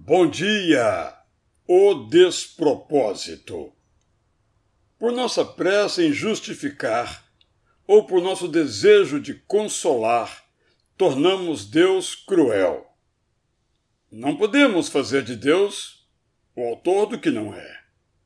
Bom dia! O despropósito. Por nossa pressa em justificar, ou por nosso desejo de consolar, tornamos Deus cruel. Não podemos fazer de Deus o autor do que não é.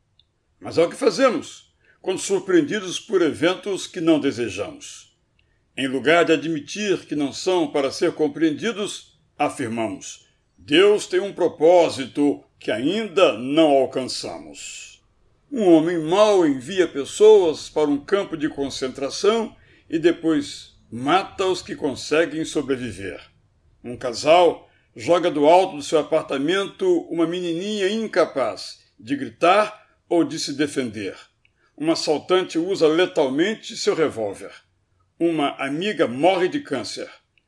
Mas é o que fazemos quando surpreendidos por eventos que não desejamos. Em lugar de admitir que não são para ser compreendidos, afirmamos: Deus tem um propósito que ainda não alcançamos. Um homem mau envia pessoas para um campo de concentração e depois mata os que conseguem sobreviver. Um casal joga do alto do seu apartamento uma menininha incapaz de gritar ou de se defender. Um assaltante usa letalmente seu revólver. Uma amiga morre de câncer.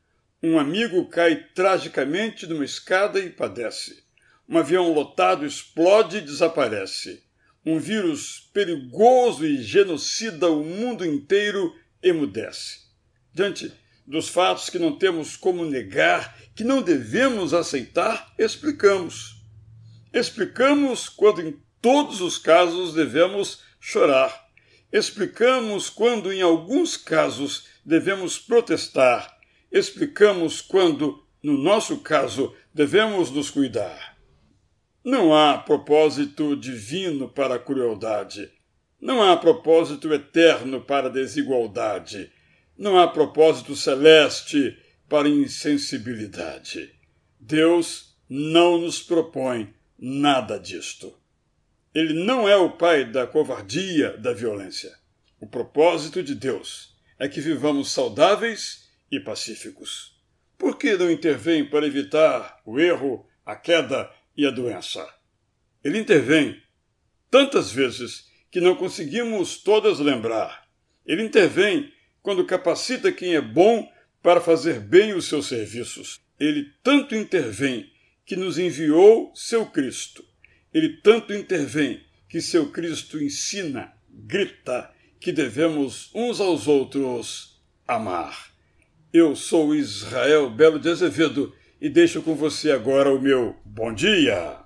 Um amigo cai tragicamente de uma escada e padece. Um avião lotado explode e desaparece. Um vírus perigoso e genocida o mundo inteiro emudece. Diante dos fatos que não temos como negar, que não devemos aceitar, explicamos. Explicamos quando em todos os casos devemos chorar. Explicamos quando em alguns casos devemos protestar. Explicamos quando, no nosso caso, devemos nos cuidar. Não há propósito divino para a crueldade. Não há propósito eterno para a desigualdade. Não há propósito celeste para a insensibilidade. Deus não nos propõe nada disto. Ele não é o pai da covardia, da violência. O propósito de Deus é que vivamos saudáveis e pacíficos. Por que não intervém para evitar o erro, a queda e a doença? Ele intervém tantas vezes que não conseguimos todas lembrar. Ele intervém quando capacita quem é bom para fazer bem os seus serviços. Ele tanto intervém que nos enviou seu Cristo. Ele tanto intervém que seu Cristo ensina, grita, que devemos uns aos outros amar. Eu sou Israel Belo de Azevedo e deixo com você agora o meu bom dia.